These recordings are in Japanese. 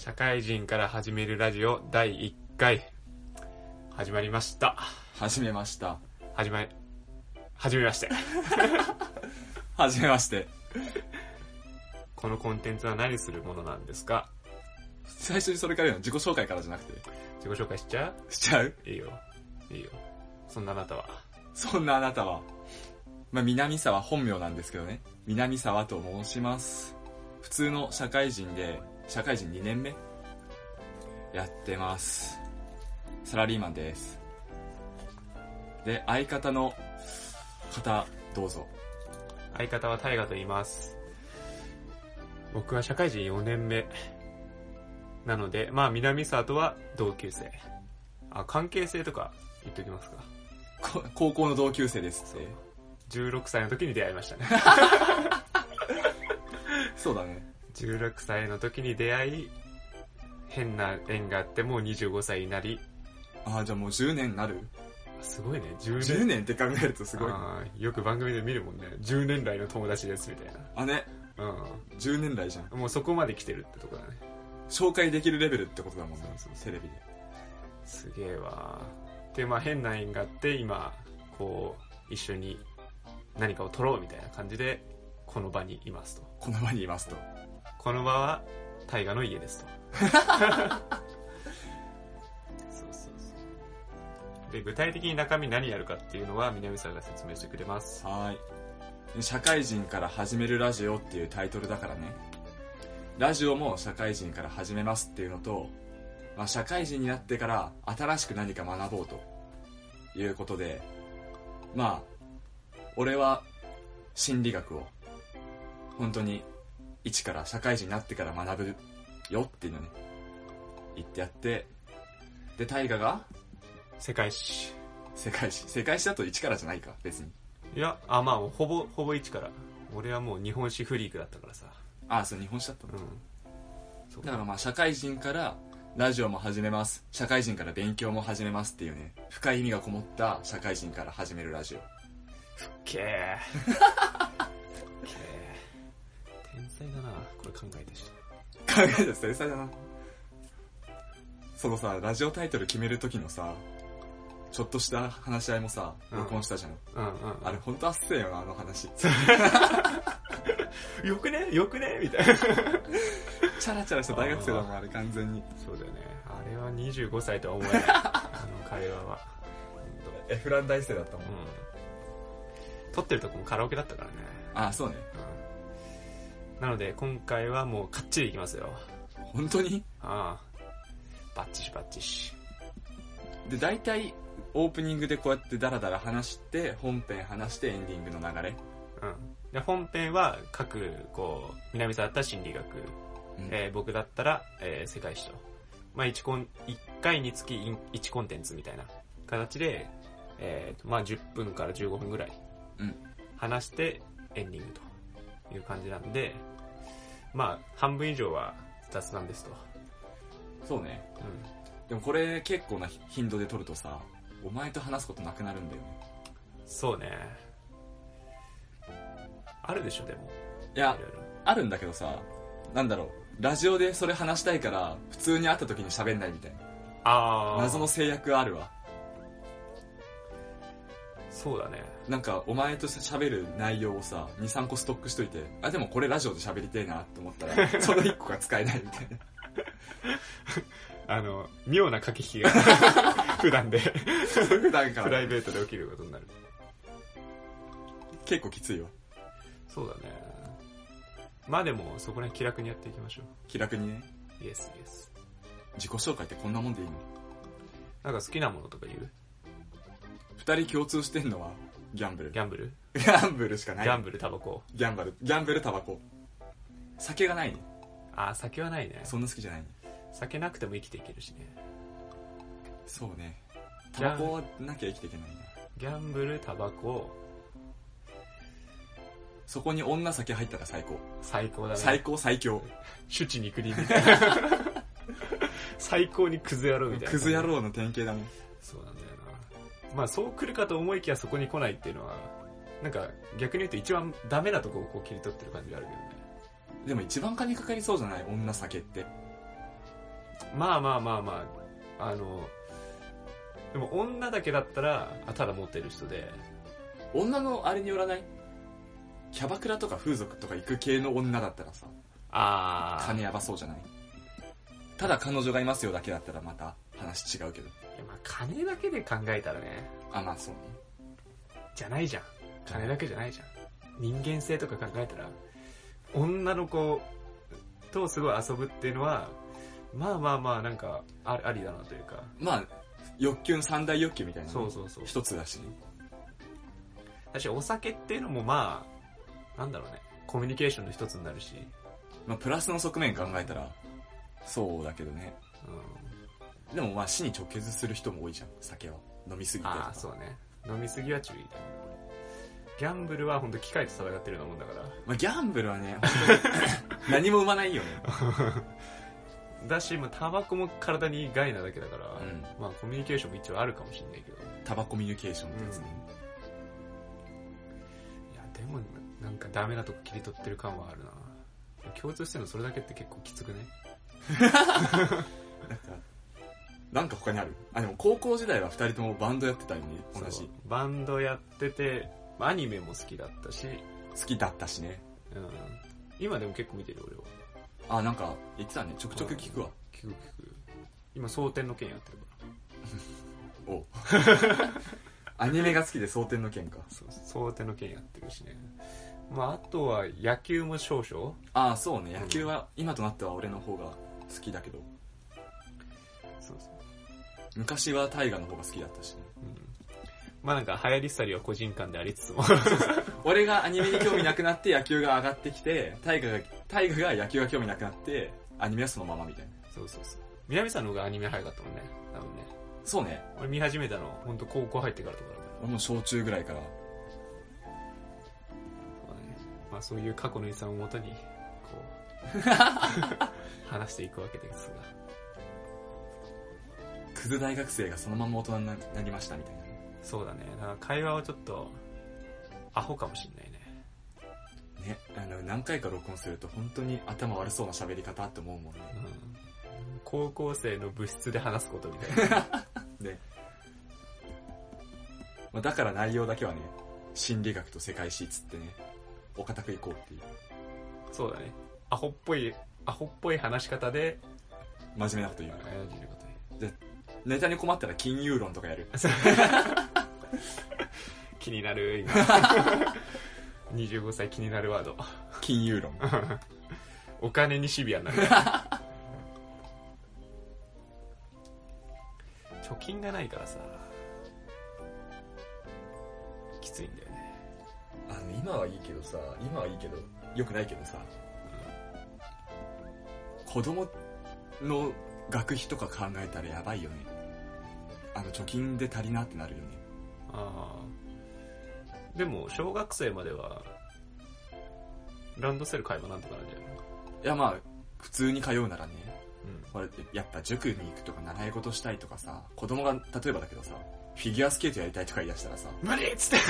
社会人から始めるラジオ第1回始まりました。 始めました。 始めまして始めまして。 このコンテンツは何するものなんですか？ 最初にそれから言うの？自己紹介からじゃなくて自己紹介しちゃう？ いいよそんなあなたは南沢本名なんですけどね、南沢と申します。普通の社会人で社会人2年目やってます。サラリーマンです。で、相方の方どうぞ。 相方は大河と言います。僕は社会人4年目なので、南沢とは同級生。関係性とか言っときますか。 高校の同級生ですって。 16歳の時に出会いましたねそうだね。 16歳の時に出会い、変な縁があってもう25歳になり。 じゃあもう10年になる？ すごいね。 10年って考えるとすごいね。 よく番組で見るもんね。10年来の友達ですみたいな。 ね。10年来じゃん。 もうそこまで来てるってとこだね。 紹介できるレベルってことだもんね。 そうテレビで。 すげえわ。で、変な縁があって今こう一緒に何かを撮ろうみたいな感じでこの場にいますと。 この場にいますと。 この場は大河の家ですとそうで、具体的に中身何やるかっていうのは南沢が説明してくれます。 はい。社会人から始めるラジオっていうタイトルだからね。ラジオも社会人から始めますっていうのと、社会人になってから新しく何か学ぼうということで、俺は心理学を本当に一から社会人になってから学ぶよっていうのね言ってやって、で大河が世界史だと一からじゃないか別に。 いやほぼ一から。俺はもう日本史フリークだったからさ。 そう、日本史だったの。だから社会人からラジオも始めます、社会人から勉強も始めますっていうね、深い意味がこもった社会人から始めるラジオ。 天才だな、これ考えたし。 天才だな。そのさ、ラジオタイトル決める時のさ、ちょっとした話し合いもさ、録音したじゃん。あれほんとあっせえよな、あの話。 よくねみたいな。 チャラチャラした大学生だもん、あれ完全に。 そうだよね。あれは25歳とは思えない。あの会話は。 フラン大生だったもん。 撮ってるとこもカラオケだったからね。 そうね。 なので今回はもうかっちりいきますよ。 本当に？ バッチシ。 で、大体オープニングでこうやってダラダラ話して、本編話してエンディングの流れ。 で、本編は各南沢だったら心理学、僕だったら、世界史と、1回につき1コンテンツみたいな形で、10分から15分ぐらい話してエンディングという感じなんで、半分以上は雑談ですと。 そうね。でもこれ結構な頻度で撮るとさ、お前と話すことなくなるんだよね。 そうね。あるでしょ。でもいや、あるんだけどさ、ラジオでそれ話したいから普通に会った時に喋んないみたいな謎の制約あるわ。 そうだね。 お前と喋る内容をさ 2,3 個ストックしといて、でもこれラジオで喋りてえなって思ったらその1個が使えないみたいな妙な駆け引きが普段からプライベートで起きることになる。 結構きついわ。 そうだね。でもそこら辺気楽にやっていきましょう。 気楽にね。 イエス。 自己紹介ってこんなもんでいいの？ 好きなものとか言う ？2人共通してんのはギャンブルしかない。 ギャンブルタバコ。 ギャンブルタバコ。酒がないね。 酒はないね。 そんな好きじゃないね。 酒なくても生きていけるしね。 そうね。タバコはなきゃ生きていけないね。 ギャンブルタバコ、 そこに女酒入ったら最高。 最高だね。 最強。 酒池肉林みたいな最高にクズ野郎みたいな。 クズ野郎の典型だもん。 そうなんだよな。そう来るかと思いきやそこに来ないっていうのは逆に言うと一番ダメなとこを切り取ってる感じがあるけどね。 でも一番金かかりそうじゃない？女酒って。 まあでも女だけだったらただモテる人で、 女のあれによらない？キャバクラとか風俗とか行く系の女だったらさ、金やばそうじゃない？ただ彼女がいますよだけだったらまた話違うけど。 いや、まあ金だけで考えたらね。 まあそうね。 じゃないじゃん。金だけじゃないじゃん。人間性とか考えたら、女の子とすごい遊ぶっていうのは、まあなんかありだなというか。 まあ欲求の三大欲求みたいな、ね、 そう一つだし、ね、 確かにお酒っていうのもまあなんだろうね、コミュニケーションの一つになるし、 まあプラスの側面考えたらそうだけどね、でもまあ死に直結する人も多いじゃん、酒は飲みすぎてとか。 そうね、飲みすぎは注意だ。ギャンブルは本当機械と戦ってるようなもんだから。 まあギャンブルはね何も生まないよねだし、タバコも体に害なだけだから、まあコミュニケーションも一応あるかもしれないけど。 タバコミュニケーションってやつね。 いや、でもなんかダメなとこ切り取ってる感はあるな。共通してるのそれだけって結構きつくね。 なんか他にある？でも高校時代は2人ともバンドやってたよね、同じ。 バンドやってて、アニメも好きだったし。 好きだったしね。 今でも結構見てる俺は。 なんか言ってたね、ちょくちょく聞くわ。 聞く。今蒼天の剣やってるからおアニメが好きで蒼天の剣か。 蒼天の剣やってるしね。あとは野球も少々。 そうね、野球は今となっては俺の方が好きだけど、そう昔はタイガの方が好きだったしね。 なんか流行り廃りは個人間でありつつも俺がアニメに興味なくなって野球が上がってきて、タイガが野球が興味なくなってアニメはそのままみたいな。 そう南さんの方がアニメ早かったもんね、多分ね。 そうね、 俺見始めたの本当高校入ってからとかだから。 俺も小中ぐらいから。 そういう過去の遺産をもとにこう話していくわけですが、 クズ大学生がそのまま大人になりましたみたいな。 そうだね、だから会話はちょっとアホかもしんないね。 何回か録音すると本当に頭悪そうな喋り方って思うもんね。 高校生の部室で話すことみたいなね。だから内容だけはね、心理学と世界史っつってね、お堅くいこうっていう。 そうだね、アホっぽい話し方で真面目なこと言う。 でネタに困ったら金融論とかやる気になる今25歳気になるワード、 金融論お金にシビアになる貯金がないからさ、きついんだよね。 今はいいけどよくないけどさ、子供の学費とか考えたらやばいよね。貯金で足りなってなるよね。 でも小学生まではランドセル買えばなんとかなんじゃないの？ いや普通に通うならね、やっぱ塾に行くとか習い事したいとかさ、子供が例えばだけどさ、フィギュアスケートやりたいとか言い出したらさ、 無理っつって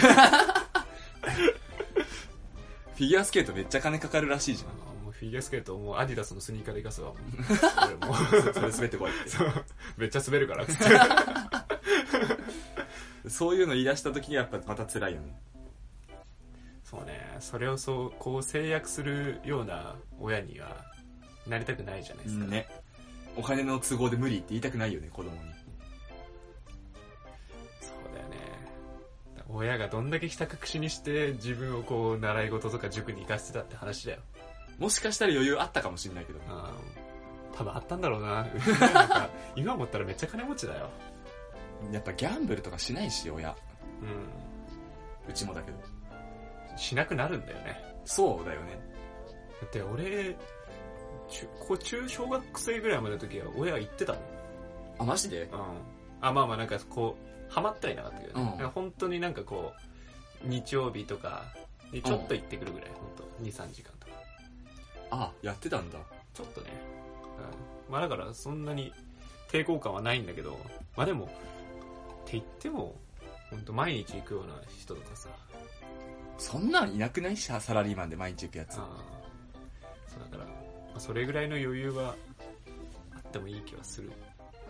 フィギュアスケートめっちゃ金かかるらしいじゃん。 もうフィギュアスケートもうアディダスのスニーカーで行かすわ俺もそれ滑ってこいってめっちゃ滑るからっつってそういうの言い出した時にやっぱまた辛いよね。 そうね、それをこう制約するような親にはなりたくないじゃないですかね。お金の都合で無理って言いたくないよね、子供に。 そうだよね、親がどんだけひた隠しにして自分をこう習い事とか塾に行かせてたって話だよ。 もしかしたら余裕あったかもしれないけど、 多分あったんだろうななんか今思ったらめっちゃ金持ちだよ。 やっぱギャンブルとかしないし親、うちもだけどしなくなるんだよね。 そうだよね。 だって俺小学生ぐらいまでの時は親は言ってたの。 マジで？ なんかこうハマってはいなかったけどね、本当になんかこう日曜日とかにちょっと行ってくるぐらい、本当2、3時間とか。 やってたんだ。 ちょっとね、だからそんなに抵抗感はないんだけど、でもって言っても本当毎日行くような人とかさ、 そんなんいなくない？サラリーマンで毎日行くやつ。 そうだから、それぐらいの余裕はあっってもいい気はする。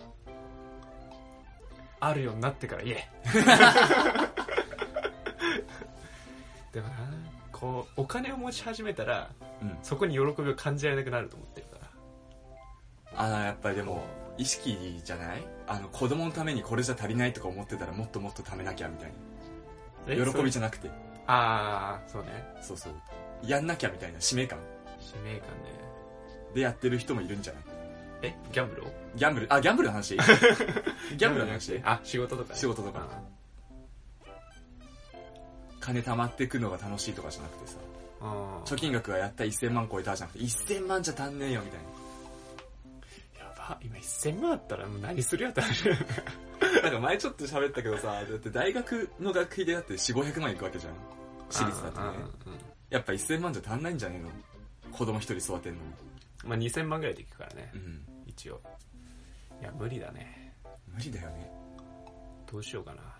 あるようになってから言えでもな、こうお金を持ち始めたら、うん、そこに喜びを感じられなくなると思ってるから。 やっぱりでも意識じゃない？子供のためにこれじゃ足りないとか思ってたらもっともっと貯めなきゃみたいな。喜びじゃなくて。 そうね。 そうそう。やんなきゃみたいな使命感。 使命感ね。 でやってる人もいるんじゃない？ ギャンブルギャンブルの話ギャンブルの話仕事とかね。 仕事とか。金貯まってくのが楽しいとかじゃなくてさ。貯金額がやった1000万超えたじゃなくて、1000万じゃ足んねえよみたいな。 今1000万あったらもう何するよって話なんか前ちょっと喋ったけどさ、だって大学の学費でだって4、500万いくわけじゃん。私立だとね。やっぱ1000万じゃ足んないんじゃねえの？子供一人育てんのに。 まあ2000万ぐらいでいくからね。 うん。 一応。いや、無理だね。 無理だよね。 どうしようかな。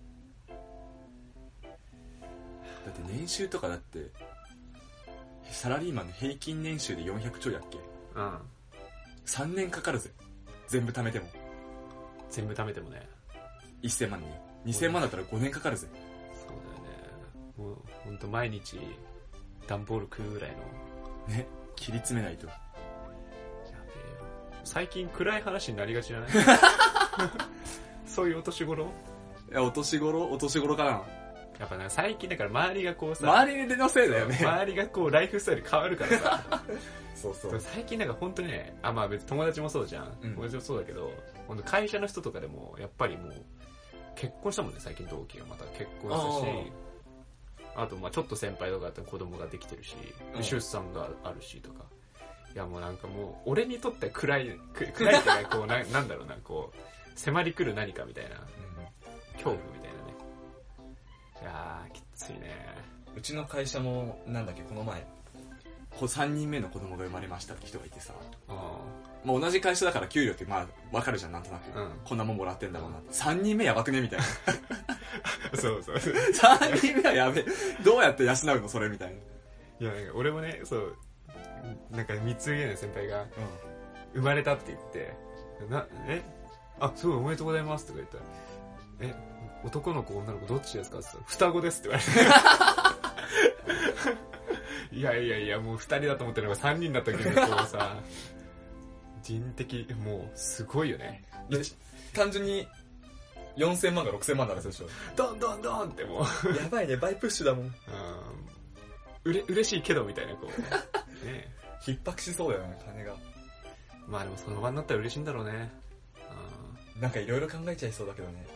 だって年収とかだって、サラリーマンの平均年収で400ちょいだっけ？ うん。 3年かかるぜ。全部貯めても。 全部貯めてもね。 1000万に。2000万だったら5年かかるぜ。 そうだよね。もう、ほんと毎日、段ボール食うぐらいの。 ね。切り詰めないと。やべえよ。最近暗い話になりがちじゃないそういうお年頃？ いや、お年頃かな。 やっぱね、最近だから周りがこうさ。 周りのせいだよね。 周りがこう、ライフスタイル変わるからさ。 そうそう。 最近なんか本当にね、まあ別に友達もそうじゃん。友達もそうだけど、本当会社の人とかでも、やっぱりもう、結婚したもんね、最近同期がまた結婚したし、あとまあちょっと先輩とかだったら子供ができてるし、出産があるしとか。いやもうなんかもう、俺にとっては暗いっていうか、こうなんだろうな、こう、迫り来る何かみたいな、恐怖みたいなね。いやー、きついね。 うちの会社も、なんだっけ、この前、3人目の子供が生まれましたって人がいてさ、まあ同じ会社だから給料ってまあ分かるじゃん、なんとなく、こんなもんもらってんだろうなって。3人目やばくねみたいな。 そう 3人目はやべえ、どうやって養うのそれみたいな。 いやなんか俺もね、そうなんか3つ上の先輩が、生まれたって言ってすごいおめでとうございますとか言ったら、男の子女の子どっちですかって言ったら、双子ですって言われていやもう2人だと思ってるのが3人だった時にこうさ人的もうすごいよね。 単純に4000万か6000万なんですでしょ。 ドンドンドンってもうやばいね、倍プッシュだもん。 嬉しいけどみたいなこうね逼迫しそうだよね、金が。 まあでもその場になったら嬉しいんだろうね。 なんかいろいろ考えちゃいそうだけどね。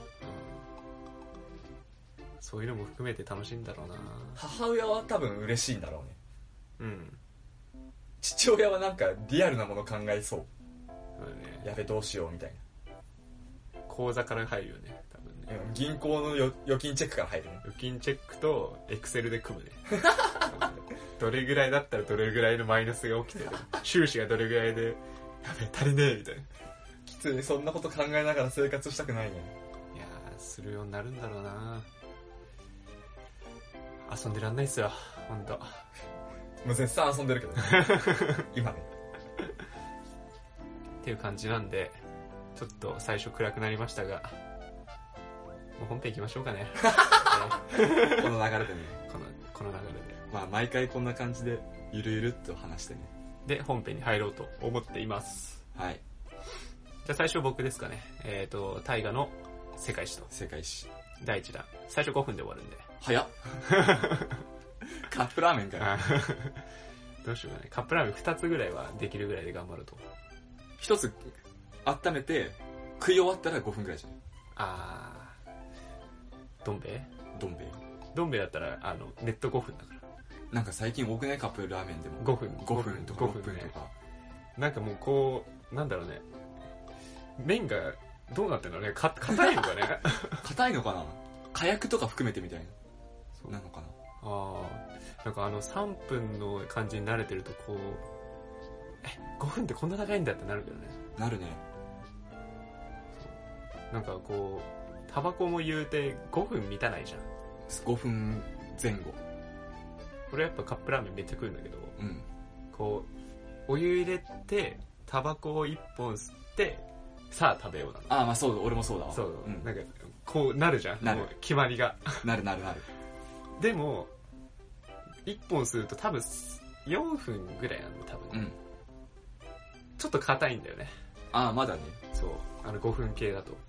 そういうのも含めて楽しいんだろうな。 母親は多分嬉しいんだろうね。 うん。 父親はなんかリアルなもの考えそう。 ね、 やべどうしようみたいな。口座から入るよね、多分ね。 銀行の預金チェックから入るね。 預金チェックとエクセルで組むね。どれぐらいだったらどれぐらいのマイナスが起きてる。収支がどれぐらいで、やべ足りねえみたいな。 きつい、そんなこと考えながら生活したくないね。 いやー、するようになるんだろうな。遊んでらんないっすよ、ほんと。 もう絶賛遊んでるけどね。今ね。 っていう感じなんで、ちょっと最初暗くなりましたが、もう本編行きましょうかね。 この流れでね。 この流れで。 まあ毎回こんな感じで、ゆるゆるっと話してね。 で、本編に入ろうと思っています。 はい。 じゃあ最初僕ですかね。大河の世界史と。 世界史。 第1弾。最初5分で終わるんで。 早っ。カップラーメンかよ。 どうしようかね。カップラーメン2つぐらいはできるぐらいで頑張ると。 1つ温めて食い終わったら5分ぐらいじゃん。 どん兵衛どん兵衛だったらネット5分だから。 なんか最近多くないカップラーメンでも 5分とか6分とか。 なんかもうこうなんだろうね。麺がどうなってんのね。硬いのかね。 硬いのかな。火薬とか含めてみたいな。そうなのかな。 なんか3分の感じに慣れてるとこう5分ってこんな長いんだってなるけどね。 なるね。 なんかこうタバコも言うて5分満たないじゃん。 5分前後。 俺やっぱカップラーメンめっちゃ食うんだけど、こうお湯入れてタバコを1本吸って、さあ食べようなの。 ああ、まあそう、俺もそうだわ。 そう、 うん、 なんか、こうなるじゃん。 なる。 もう決まりが。 なる。 でも、1本吸うと多分、4分ぐらいなの、多分。 うん。 ちょっと硬いんだよね。 ああ、まだね。 そう。5分系だと。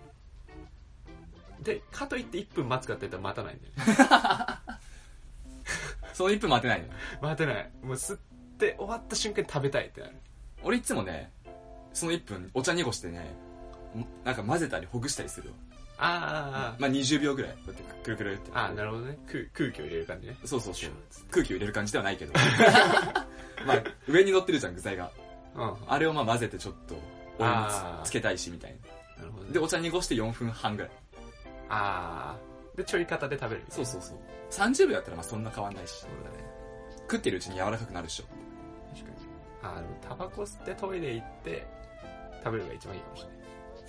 で、かといって1分待つかって言ったら待たないんだよね。 その1分待てないの。 待てない。もう吸って終わった瞬間に食べたいってなる。 俺いつもね、その1分お茶濁してね、なんか混ぜたりほぐしたりするわ。まあ20秒ぐらい。こうやってくるくるって。 ああ、なるほどね。空気を入れる感じね。 そう。空気を入れる感じではないけど。まあ、上に乗ってるじゃん、具材が。 うん。 あれをまあ混ぜてちょっと、お湯につけたいし、みたいな。 なるほどね。 で、お茶濁して4分半ぐらい。 ああ。で、ちょい方で食べる。 そう。30秒だったらまあそんな変わんないし。 そうだね。 食ってるうちに柔らかくなるでしょ。 確かに。タバコ吸ってトイレ行って、食べるのが一番いいかもしれない。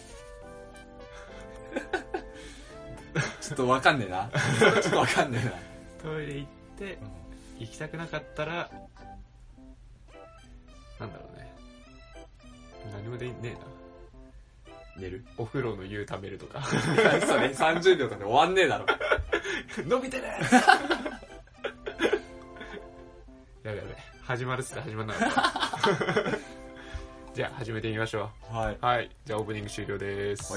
ちょっとわかんねえな。 トイレ行って、行きたくなかったら、なんだろうね。何もでねえな。 寝る？ お風呂の湯溜めるとか。 それ30秒とかで終わんねえだろ。 伸びてねやべ。始まるっすね、始まんなかった。じゃあ、始めてみましょう。はい。 じゃあ、オープニング終了です。 はい。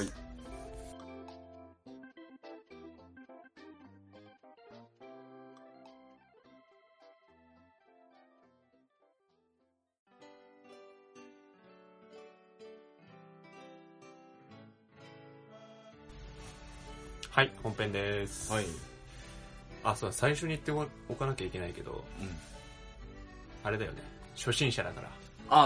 はい、本編です。 はい。 そうだ、最初に言っておかなきゃいけないけど、あれだよね、初心者だから。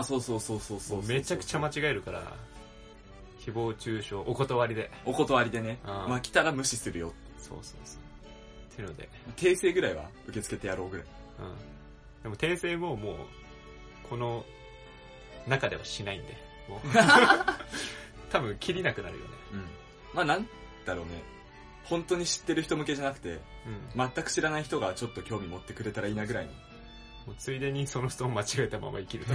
そう。 めちゃくちゃ間違えるから、誹謗中傷、お断りで。 お断りでね。まあ来たら無視するよ。 そう。ってので。 訂正ぐらいは受け付けてやろうぐらい。 でも訂正ももう、この中ではしないんで、もう。多分切りなくなるよね。 まあなんだろうね。本当に知ってる人向けじゃなくて、全く知らない人がちょっと興味持ってくれたらいいなぐらいの。 もうついでにその人を間違えたまま生きると。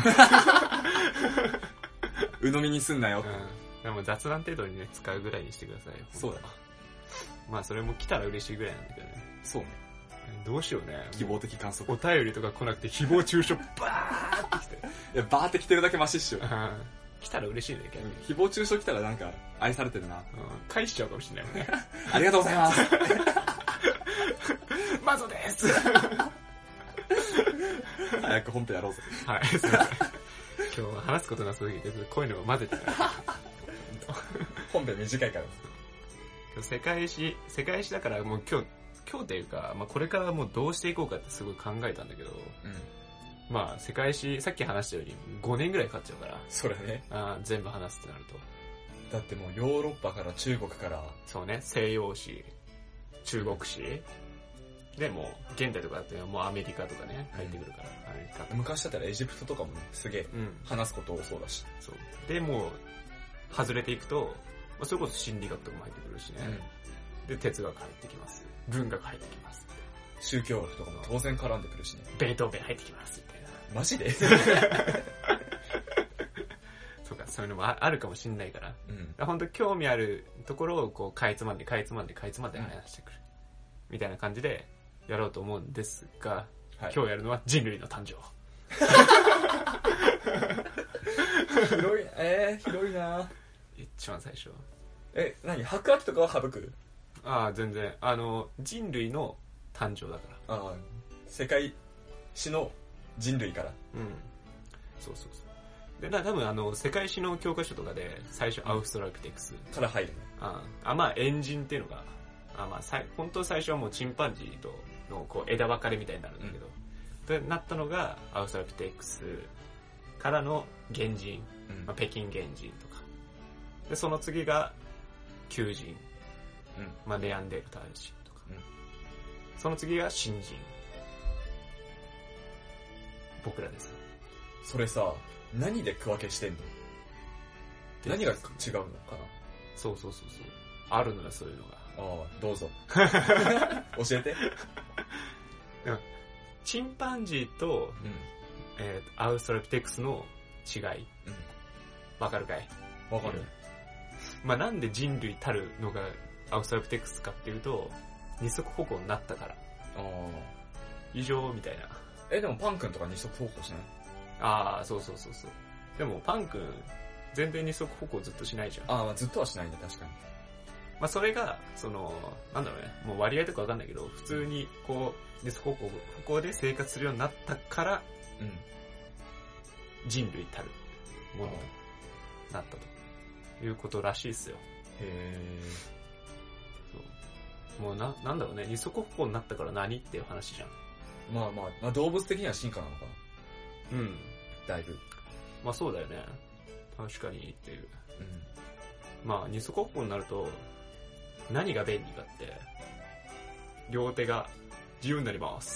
鵜呑みにすんなよ。 でも雑談程度にね、使うぐらいにしてくださいよ。 そうだ。 まあそれも来たら嬉しいぐらいなんだけどね。 そうね。 どうしようね。 希望的観測。 お便りとか来なくて誹謗中傷バーってきて。 いや、バーって来てるだけマシっしょ。 来たら嬉しいね、逆に。 誹謗中傷来たらなんか、愛されてるな。 返しちゃうかもしれないもんね。 ありがとうございます。 マゾです。 早く本編やろうぜ。 はい、すいません。今日は話すことなさすぎて、こういうのを混ぜてた。 本編短いから。 今日世界史だからもう今日っていうか、まあこれからもうどうしていこうかってすごい考えたんだけど、まあ世界史、さっき話したように5年ぐらいかかっちゃうから。 それね。 全部話すってなると。 だってもうヨーロッパから中国から。 そうね、西洋史、中国史。でも現代とかだってもうアメリカとかね、入ってくるから。 昔だったらエジプトとかもね、すげえ、話すこと多そうだし。 そう。で、もう、外れていくと、まあ、それこそ心理学とかも入ってくるしね。で、哲学入ってきます。文学入ってきます。 宗教学とかも当然絡んでくるしね。 ベートーベン入ってきます。みたいな。 マジでそうか、そういうのもあるかもしんないから。本当興味あるところをこう、かいつまんで話してくる。みたいな感じでやろうと思うんですが、今日やるのは人類の誕生。 広いな。 一番最初。 何白亜紀とかは省く？ 全然。人類の誕生だから。世界史の人類から。 そう。で、多分世界史の教科書とかで、最初アウストラピテクス。 から入るね。 まあ、エンジンっていうのが、本当最初はもうチンパンジーとのこう枝分かれみたいになるんだけど、でなったのがアウストラピテクスからの原人、北京原人とかで、その次が旧人、ネアンデルタール人とか、その次が新人、僕らです。 それさ、何で区分けしてんの？何が違うのかな？ そうあるのよ、そういうのが。 どうぞ。教えて。 チンパンジーと、アウストラピテクスの違いわかるかい？ わかる。 まあなんで人類たるのがアウストラピテクスかっていうと、二足歩行になったから。 ああ。 異常みたいな。 でもパン君とか二足歩行しない？ ああ、そう。でもパン君、全然二足歩行ずっとしないじゃん。 まあずっとはしないね、確かに。 まあそれが、なんだろうね、もう割合とかわかんないけど、普通にこう、二足歩行で生活するようになったから、人類たるものになったということらしいですよ。 へー。もうなんだろうね、二足歩行になったから何っていう話じゃん。 まあ動物的には進化なのかな。だいぶ。 まあそうだよね。確かにっていう。まあ二足歩行になると、何が便利かって、両手が自由になります。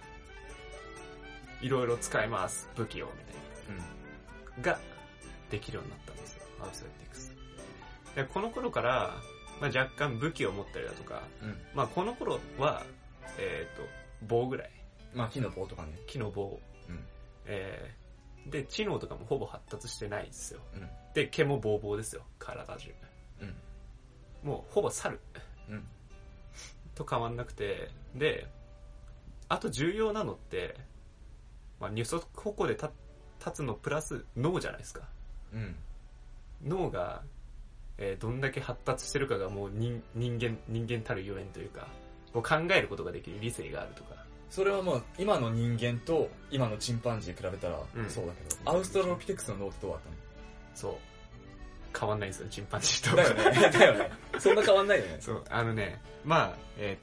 いろいろ使えます。武器を、みたいな。が、できるようになったんですよ。アウストラピテクス。で、この頃から、まあ若干武器を持ったりだとか、まあこの頃は、棒ぐらい。 まあ木の棒とかね。 木の棒。で、知能とかもほぼ発達してないんですよ。で、毛もボーボーですよ。体中。もうほぼ猿。と変わんなくて、で、あと重要なのって、まあ二足歩行で立つのプラス脳じゃないですか。脳が、どんだけ発達してるかがもう人間たるゆえんというか、こう考えることができる理性があるとか。 それはもう今の人間と今のチンパンジー比べたらそうだけど、アウストラロピテクスの脳ってどうだったの？ そう。変わんないんですよ、チンパンジーと。 だよね。そんな変わんないよね。 そう、まあ、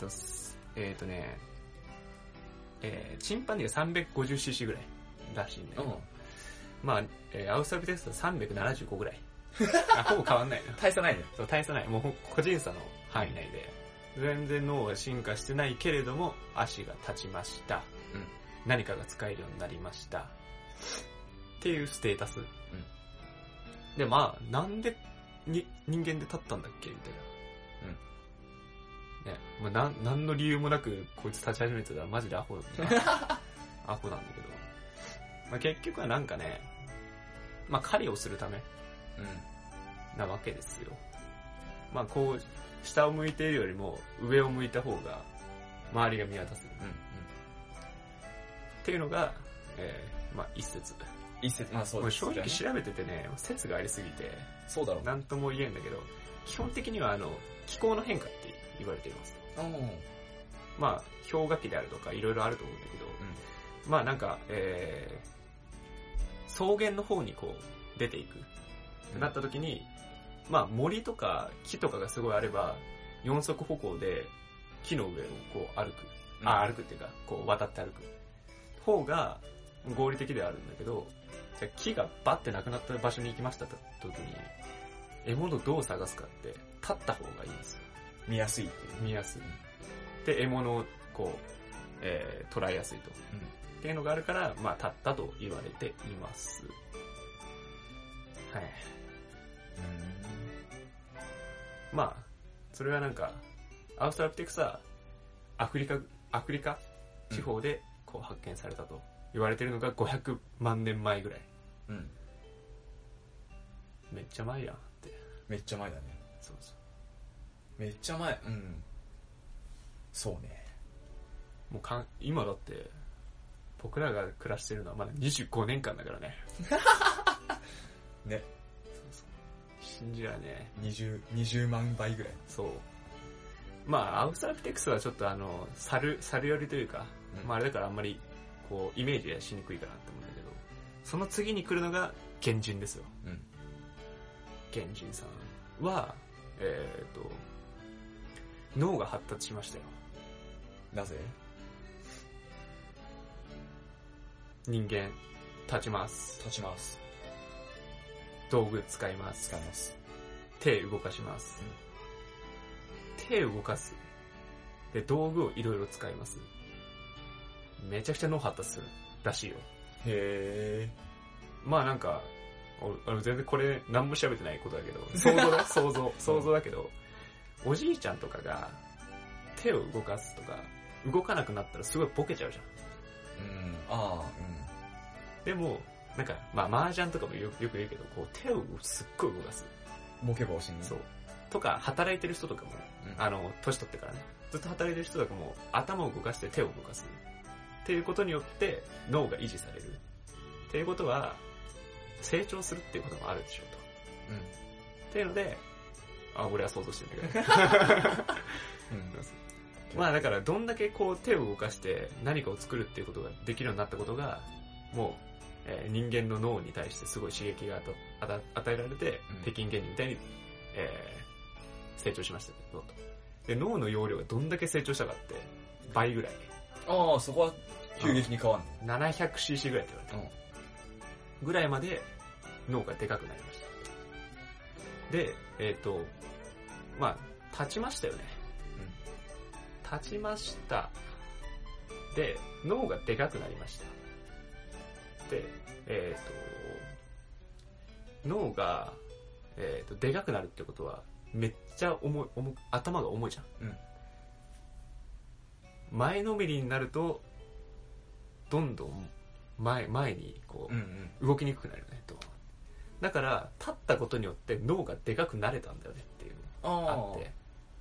チンパンジーが 350cc ぐらいらしいんだけど、まあ、アウストラピテクスは375ぐらい。ほぼ変わんないな。 大差ないね。 そう、大差ない。もう個人差の範囲内で。全然脳が進化してないけれども、足が立ちました。何かが使えるようになりました。っていうステータス。で、まあ、なんで人間で立ったんだっけみたいな。ね、まあ、なんの理由もなく、こいつ立ち始めてたらマジでアホなんだけど。まあ、結局はなんかね、まあ、狩りをするため。なわけですよ。まあ、こう、下を向いているよりも上を向いた方が周りが見渡せる。っていうのが、まあ一説。 まあそうです。 正直調べててね、説がありすぎて、 そうだろう。 なんとも言えんだけど、基本的には気候の変化って言われています。まあ、氷河期であるとかいろいろあると思うんだけど、まあなんか、草原の方にこう出ていくってなった時に、まあ森とか木とかがすごいあれば、四足歩行で木の上をこう歩く。歩くっていうか、こう渡って歩く。方が合理的ではあるんだけど、じゃあ木がバッてなくなった場所に行きましたって時に、獲物どう探すかって立った方がいいんですよ。 見やすいっていう。 見やすい。で、獲物をこう、捉えやすいと。っていうのがあるから、まあ立ったと言われています。はい。まあ、それはなんか、アウストラピテクスはアフリカ地方でこう発見されたと言われているのが500万年前ぐらい。めっちゃ前やんって。 めっちゃ前だね。 そうそう。 めっちゃ前。そうね。 もう今だって、僕らが暮らしてるのはまだ25年間だからね。 ね。 信じられねえ。20万倍ぐらい。 そう。まあ、アウストラピテクスはちょっと猿寄りというか、まああれだからあんまり、こう、イメージはしにくいかなって思うんだけど、その次に来るのが、原人ですよ。原人さんは、脳が発達しましたよ。 なぜ？ 人間、立ちます。道具使います。手動かします。手動かす。で、道具をいろいろ使います。めちゃくちゃ脳発達するらしいよ。 へー。まあなんか、全然これ何も調べてないことだけど、想像だけど、おじいちゃんとかが手を動かすとか、動かなくなったらすごいボケちゃうじゃん。でも、 なんか、まあ、麻雀とかもよく言うけど、こう、手をすっごい動かす。 ボケ防止に。 そう。とか、働いてる人とかも、年取ってからね、ずっと働いてる人とかも、頭を動かして手を動かす。っていうことによって、脳が維持される。っていうことは、成長するっていうこともあるでしょうと。っていうので、俺は想像してるけど。まあだからどんだけこう手を動かして何かを作るっていうことができるようになったことがもう、人間の脳に対してすごい刺激が与えられて、北京原人みたいに、成長しましたけどで脳の容量がどんだけ成長したかって倍ぐらい。 ああ、そこは急激に変わんの。700cc ぐらいって言われた。ぐらいまで脳がでかくなりました。で、まあ立ちましたよね。立ちました。で、脳がでかくなりました。で、脳が、でかくなるってことは、めっちゃ頭が重いじゃん。前のめりになると、どんどん前にこう、動きにくくなるよね、と。だから、立ったことによって脳がでかくなれたんだよねっていうのがあって。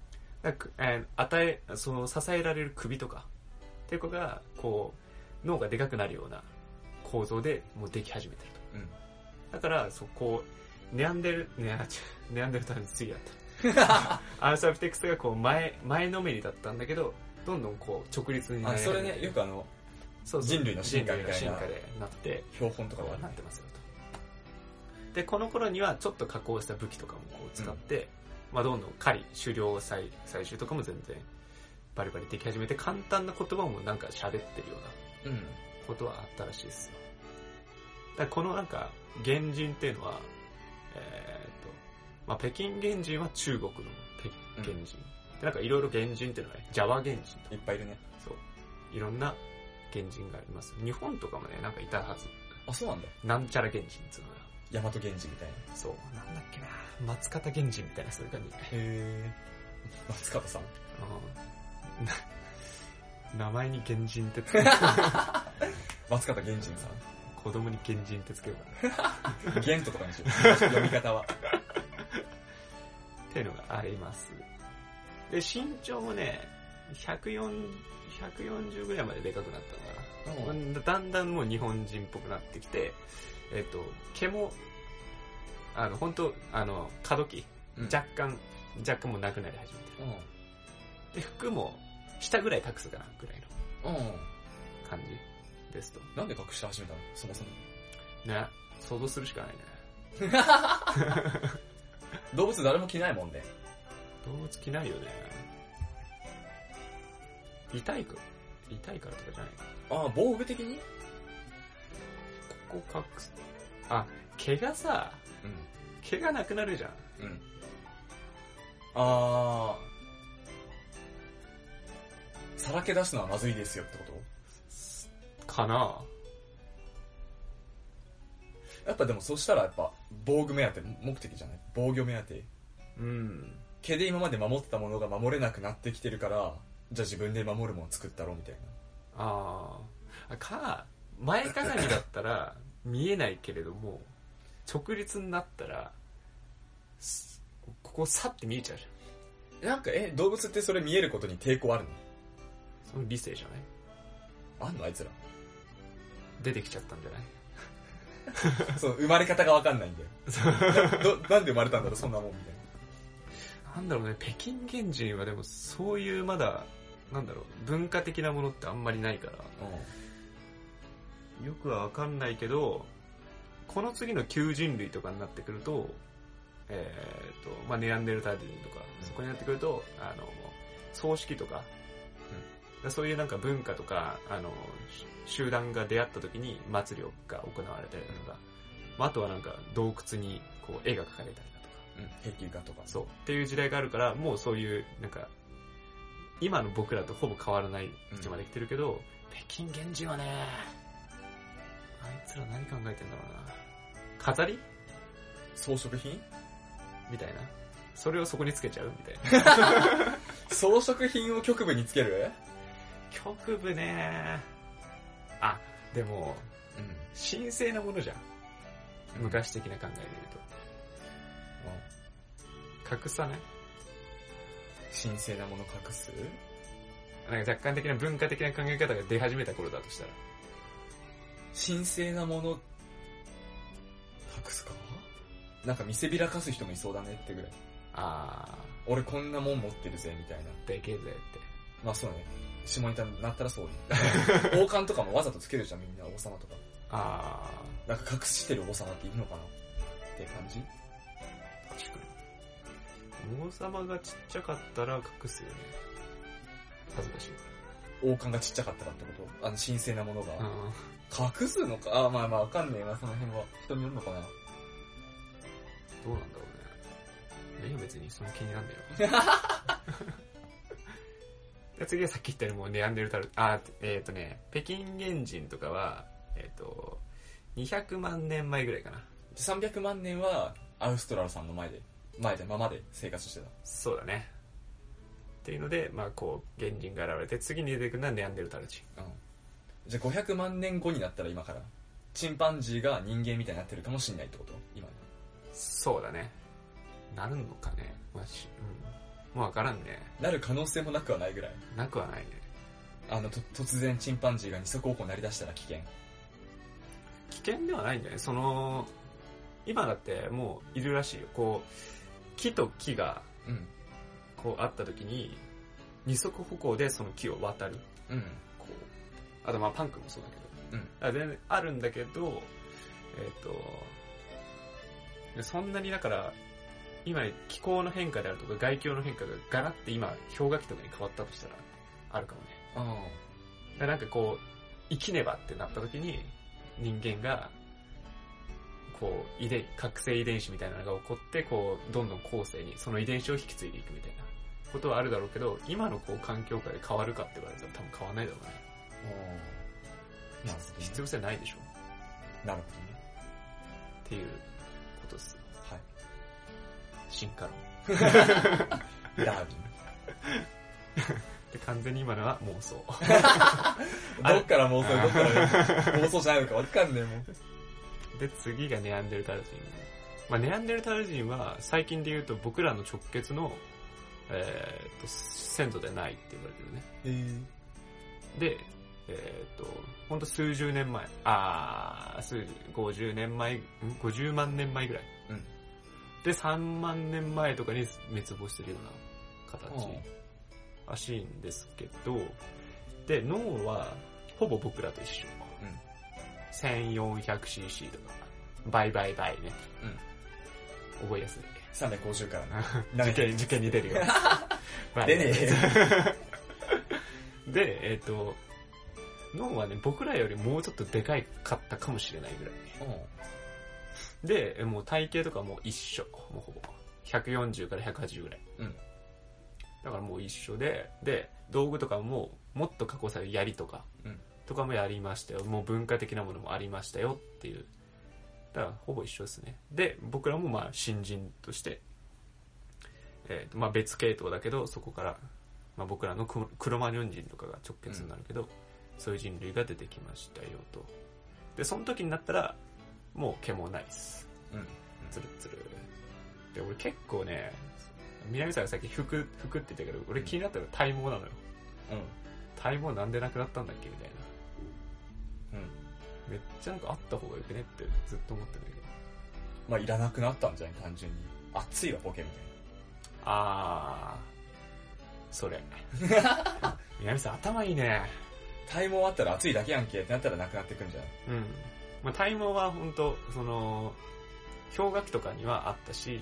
その支えられる首とかっていう子がこう脳がでかくなるような構造でもうでき始めてると、だからそこネアンデルタルの次だったアーサーピテクスがこう前のめりだったんだけどどんどんこう直立になる。 それね、よく人類の進化みたいな進化でなって標本とかはなってますよと。でこの頃にはちょっと加工した武器とかもこう使って、まあどんどん狩猟採集とかも全然バリバリでき始めて簡単な言葉もなんか喋ってるようなことはあったらしいですよ。だからこのなんか原人っていうのはまあ北京原人は中国の原人、でなんかいろいろ原人っていうのはね、ジャワ原人とかいっぱいいるね。 そういろんな原人があります。日本とかもねなんかいたはず。 あ、そうなんだ。 なんちゃら原人っていうのが大和源氏みたいな。 そうなんだっけな、松方源氏みたいなそういう感じ。 松方さん。 名前に源人ってつけ松方源氏さん。 子供に源人ってつけようかな。ゲントとかにしよう。読み方は。 っていうのがあります。で身長もね140ぐらいまででかくなったのかな。だんだんもう日本人っぽくなってきて。毛も本当過渡期、若干もうなくなり始めてる、で服も下ぐらい隠すかなぐらいの感じですと。 なんで隠し始めたのそもそもね、想像するしかないね動物誰も着ないもんね。 動物着ないよね。痛いからとかじゃないか。 防具的にここ隠す。毛がさ、毛がなくなるじゃん。 さらけ出すのはまずいですよってことかな。 やっぱでもそしたらやっぱ防具目当て目的じゃない。防御目当て。毛で今まで守ってたものが守れなくなってきてるから、じゃあ自分で守るもの作ったろみたいな。 前かがみだったら見えないけれども直立になったらここさって見えちゃうじゃん。 なんか動物ってそれ見えることに抵抗あるの？ その理性じゃない？ あんのあいつら。 出てきちゃったんじゃない？ そう、生まれ方がわかんないんだよ。なんで生まれたんだろうそんなもんみたいな。なんだろうね、北京原人はでもそういうまだなんだろう文化的なものってあんまりないから。よくはわかんないけど、この次の旧人類とかになってくると、まあ、ネアンデルタール人とか、そこになってくると、葬式とか、そういうなんか文化とか、集団が出会った時に祭りが行われたりだとか、あとはなんか洞窟にこう絵が描かれたりだとか、 壁画とか。 そう。っていう時代があるから、もうそういう、なんか、今の僕らとほぼ変わらない位置まで来てるけど、北京原人はね、あいつら何考えてんだろうな。飾り？ 装飾品？ みたいな。それをそこにつけちゃうみたいな。 装飾品を局部につける？ 局部ね。でも、 神聖なものじゃん。昔的な考えで言うと。隠さない？ 神聖なもの隠す？ なんか若干的な文化的な考え方が出始めた頃だとしたら。 神聖なもの、隠すか？なんか見せびらかす人もいそうだねってぐらい。俺こんなもん持ってるぜ、みたいな。 でけえぜって。 まあそうね。下ネタになったらそうね。王冠とかもわざとつけるじゃん、みんな、王様とか。なんか隠してる王様っているのかなって感じ？ 確かに。王様がちっちゃかったら隠すよね。恥ずかしいから。 王冠がちっちゃかったらってこと？神聖なものが。隠すのか？まあわかんねえな、その辺は。人によるのかな。 どうなんだろうね。いや別にその気になんだよ。で次はさっき言ったようにもうネアンデルタル、北京原人とかは、200万年前ぐらいかな。 300万年はアウストラルさんのままで生活してた。 そうだね。っていうので、まあこう、原人が現れて、次に出てくるのはネアンデルタル人。 じゃあ500万年後になったら今から、チンパンジーが人間みたいになってるかもしんないってこと？今。 そうだね。なるのかね。もうわからんね。 なる可能性もなくはないぐらい。 なくはないね。 突然チンパンジーが二足歩行になりだしたら危険。 危険ではないんだよね。今だってもういるらしいよ。こう、木と木が、こうあった時に、二足歩行でその木を渡る。こう。あとまあパンクもそうだけど。全然あるんだけど、そんなにだから、今気候の変化であるとか外境の変化がガラッて今氷河期とかに変わったとしたらあるかもね。なんかこう生きねばってなった時に人間がこう覚醒遺伝子みたいなのが起こってこうどんどん後世にその遺伝子を引き継いでいくみたいなことはあるだろうけど、今のこう環境下で変わるかって言われたら多分変わらないだろうね。 なるほどね。 必要性ないでしょ。 なるほどね。 っていうことですよ。 はい。 進化論。 ダーウィン。 で完全に今のは妄想。 どっから妄想妄想じゃないのか分かんねえもん。 で、次がネアンデルタル人。まあ、ネアンデルタル人は最近で言うと僕らの直結の、先祖でないって言われてるね。で、ほんと数十年前、50年前、50万年前ぐらい。で、3万年前とかに滅亡してるような形らしいんですけど、で、脳はほぼ僕らと一緒。1400cc とか、倍ね。覚えやすい。 350からね。受験に出るよ。 出ねえよ。 で、脳はね、僕らよりもうちょっとでかかったかもしれないぐらい。で、もう体型とかもう一緒。もうほぼ。140から180ぐらい。だからもう一緒で、道具とかももっと加工される槍とか、とかもやりましたよ。もう文化的なものもありましたよっていう。だからほぼ一緒ですね。で、僕らもまあ新人として、まあ別系統だけど、そこから、まあ僕らのクロマニョン人とかが直結になるけど、そういう人類が出てきましたよと。で、その時になったら、もう毛もないっす。つるつる。で、俺結構ね、南さんがさっき服って言ったけど、俺気になったのが体毛なのよ。体毛なんでなくなったんだっけみたいな。めっちゃなんかあった方がよくねってずっと思ってるんだけど。 まあいらなくなったんじゃない単純に。熱いわボケみたいな。それ。南さん頭いいね。 体毛あったら熱いだけやんけってなったらなくなってくんじゃない？ まあ体毛は本当氷河期とかにはあったし、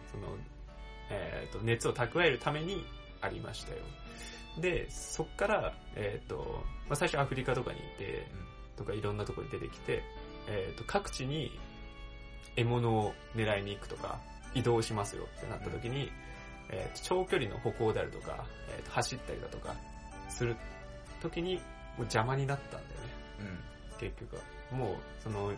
熱を蓄えるためにありましたよ。で、そっから、まあ、最初アフリカとかにいて、とかいろんなところに出てきて、各地に獲物を狙いに行くとか、移動しますよってなった時に、長距離の歩行であるとか、走ったりだとか、する時に、もう邪魔になったんだよね。結局は。もう、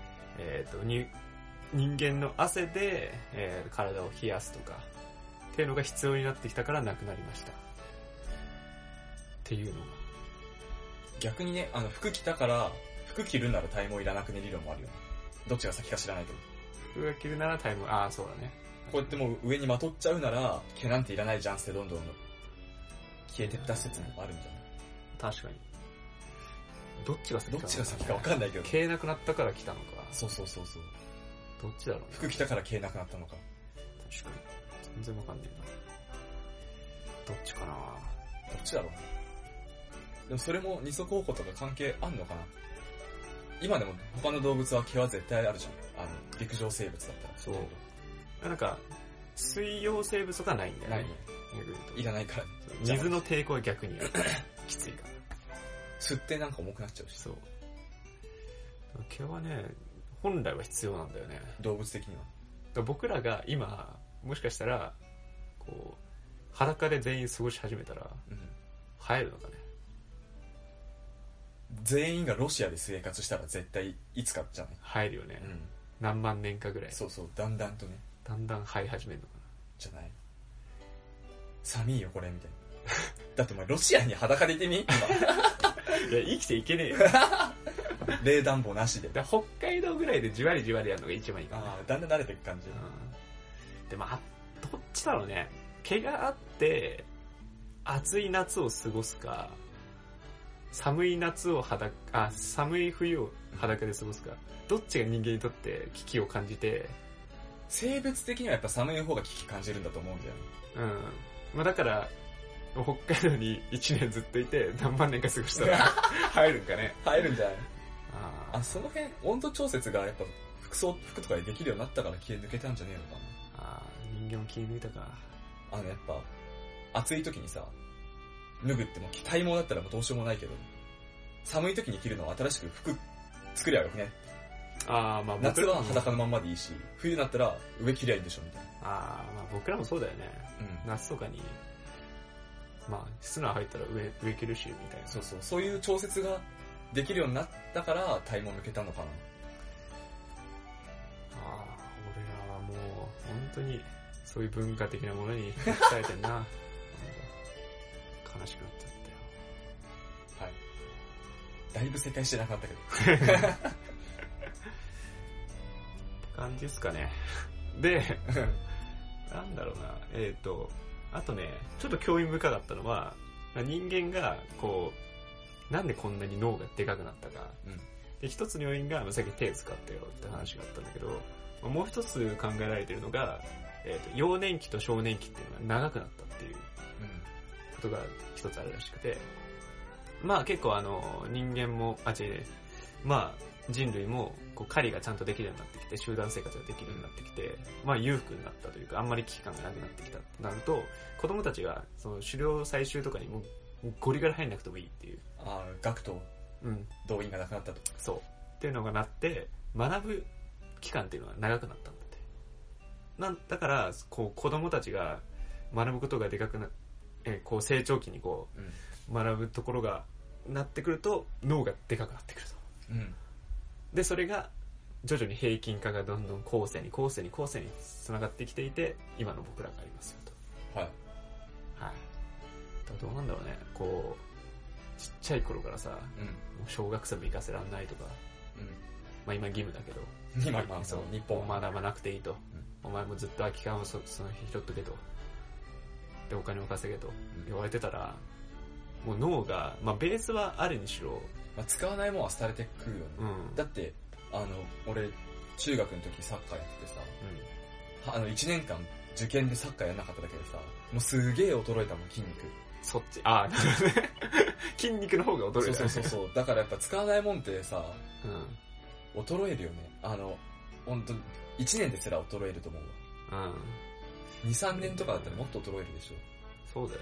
人間の汗で、体を冷やすとか、っていうのが必要になってきたからなくなりました。っていうのが。 逆にね、服着たから、 服着るなら体毛いらなくね理論もあるよね。どっちが先か知らないけど。 服が着るならタイム、ああ、そうだね。 こうやってもう上にまとっちゃうなら、毛なんていらないじゃんってどんどん消えてった説もあるんじゃない？ 確かに。どっちが先か。 どっちが先か分かんないけど。 消えなくなったから来たのか。 そうそうそうそう。 どっちだろうね。 服着たから消えなくなったのか。 確かに。全然わかんねえな。どっちかな。 どっちだろうね。でもそれも二足歩行とか関係あんのかな。今でも他の動物は毛は絶対あるじゃん。陸上生物だったら。 そう。なんか、水溶生物とかないんだよね。 いらないから。 水の抵抗は逆にきついから。 吸ってなんか重くなっちゃうし。 そう。毛はね、本来は必要なんだよね。 動物的には。 僕らが今、もしかしたら、こう、裸で全員過ごし始めたら、生えるのかね。 全員がロシアで生活したら絶対いつかじゃない？ 生えるよね。何万年かぐらい。 そうそう、だんだんとね。 だんだん生え始めるのかな。 じゃない。寒いよこれみたいな。だってお前ロシアに裸でいてみ今。 いや、生きていけねえよ。 冷暖房なしで。 北海道ぐらいでじわりじわりやるのが一番いいかな。 だんだん慣れていく感じ。 でも、どっちだろうね。毛があって、暑い夏を過ごすか、寒い冬を裸で過ごすか、どっちが人間にとって危機を感じて、 生物的にはやっぱ寒い方が危機感じるんだと思うんだよね。 まあだから、北海道に1年ずっといて何万年か過ごしたら入るんかね。 入るんじゃない？その辺、温度調節がやっぱ服とかでできるようになったから気抜けたんじゃねえのかな。 人間も気抜いたか。 やっぱ、暑い時にさ、脱ぐってもう体毛だったらもうどうしようもないけど、寒い時に着るのは新しく服作りゃよくね。夏は裸のまんまでいいし、冬になったら上着りゃいいんでしょみたいな。 僕らもそうだよね。夏とかに、室内入ったら上着るし、みたいな。 そうそう、そういう調節ができるようになったから体毛抜けたのかな。 俺らはもう、本当に、そういう文化的なものに鍛えてんな。悲しくなっちゃったよ。 はい。だいぶ正解してなかったけど。 感じですかね。で、なんだろうな。あとね、ちょっと興味深かったのは、人間が、なんでこんなに脳がでかくなったか。で、一つの要因が、さっき手使ったよって話があったんだけど、もう一つ考えられているのが、幼年期と少年期っていうのが長くなったっていうことが一つあるらしくて、結構人間も、人類も狩りがちゃんとできるようになってきて、集団生活ができるようになってきて、裕福になったというか、あんまり危機感がなくなってきたってなると、子供たちがその狩猟採集とかにもゴリゴリ入んなくてもいいっていう。 学徒動員がなくなったと。 そう。っていうのがなって、学ぶ期間っていうのは長くなったんだって。だから、子供たちが学ぶことがでかくな、成長期に学ぶところがなってくると、脳がでかくなってくると。で、それが徐々に平均化がどんどん後世に繋がってきていて、今の僕らがありますよと。はい。どうなんだろうね。ちっちゃい頃からさ、小学生も行かせらんないとか、今義務だけど、 そう日本は学ばなくていいと。お前もずっと空き缶をその日拾っとけと。で、お金を稼げと言われてたら、もう脳が、ベースはあるにしろ、 使わないもんは廃れてくるよね。だって、俺、中学の時サッカーやっててさ、1年間受験でサッカーやんなかっただけでさ、もうすげえ衰えたもん、筋肉。 そっち、なるほどね。筋肉の方が衰えた。 そう。だからやっぱ使わないもんってさ、衰えるよね。ほんと、1年ですら衰えると思うわ。2、3年とかだったらもっと衰えるでしょ。 そうだよね。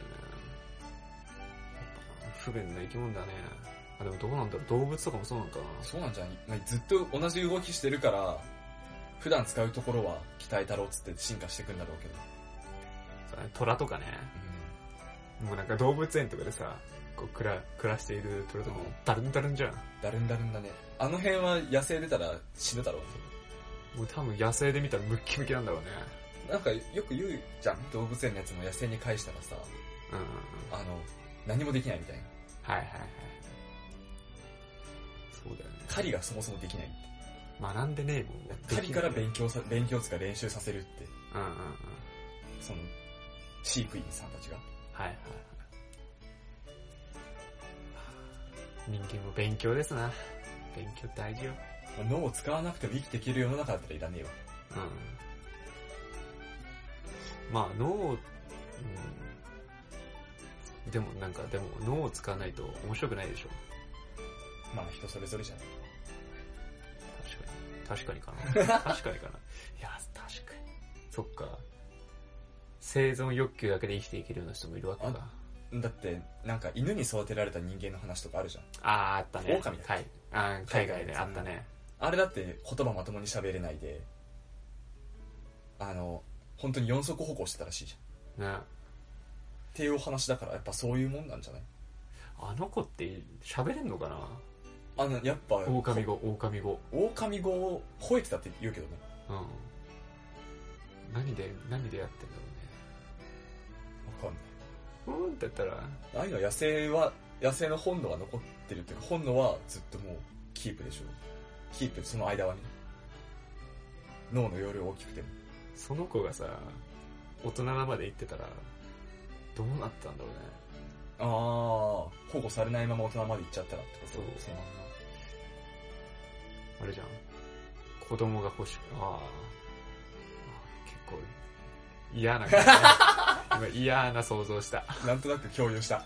不便な生き物だね。でもどうなんだろう、動物とかもそうなんかな。 そうなんじゃない？ずっと同じ動きしてるから、普段使うところは鍛えたろうっつって進化していくんだろうけど。 そうね、虎とかね。もうなんか動物園とかでさ、暮らしている虎とかもダルンダルンじゃん。 ダルンダルンだね。あの辺は野生出たら死ぬだろうね。 もう多分野生で見たらムッキムキなんだろうね。 なんかよく言うじゃん。動物園のやつも野生に返したらさ、何もできないみたいな。 はい。そそうだよね。 狩りがそもそもできない。 学んでねえもん。 狩りから勉強つか練習させるって。 うんうんうん。 その、飼育員さんたちが。 はいはいはい。人間も勉強ですな。勉強大事よ。 脳を使わなくても生きていける世の中だったらいらねえわ。 うん。まあ脳、でも脳を使わないと面白くないでしょ。 まあ人それぞれじゃん。 確かにかな。確かにかな。いや、確かに。そっか。生存欲求だけで生きていけるような人もいるわけか。 だって、なんか犬に育てられた人間の話とかあるじゃん。 あったね。 狼だ。 海外であったね。 あれだって言葉まともに喋れないで、本当に四足歩行してたらしいじゃん。ね。っていうお話だから、やっぱそういうもんなんじゃない？ あの子って喋れんのかな？ やっぱ狼語を吠えてたって言うけどね。 何でやってんだろうね。 わかんない。 ってやったら、 ああいうのは野生の本能が残ってるっていうか、本能はずっともうキープでしょ。キープ、その間はね、脳の容量大きくても。 その子がさ、大人まで行ってたらどうなったんだろうね。 保護されないまま大人まで行っちゃったらってこと。そうそのまんまあれじゃん、子供が欲しく、結構嫌な感じ、ね、今嫌な想像した。 なんとなく共有した。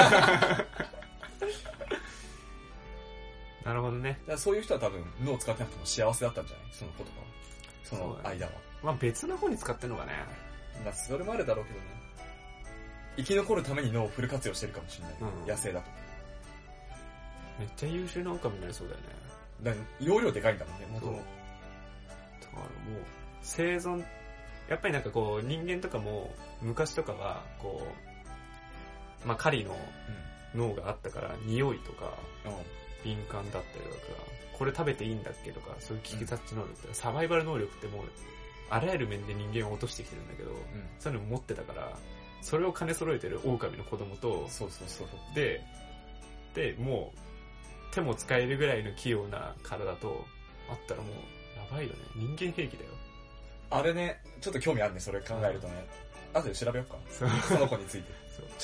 なるほどね。 だからそういう人は多分脳を使ってなくても幸せだったんじゃない？その子とかは。その間は。 まあ別の方に使ってんのかね。 まあそれもあるだろうけどね。生き残るために脳をフル活用してるかもしれない。野生だと。 めっちゃ優秀な狼になりそうだよね。 だから容量でかいんだもんね、元の。 だからもう、生存、やっぱりなんかこう、人間とかも、昔とかは、こう、まあ狩りの脳があったから、匂いとか、敏感だったりとか、これ食べていいんだっけとか、そういう聞き察知能力とか、サバイバル能力ってもう、あらゆる面で人間を落としてきてるんだけど、そういうのも持ってたから、それを兼ね揃えてる狼の子供と、で、もう、手も使えるぐらいの器用な体と、あったらもう、やばいよね。人間兵器だよ。 あれね、ちょっと興味あるね、それ考えるとね。後で調べようか。その子について。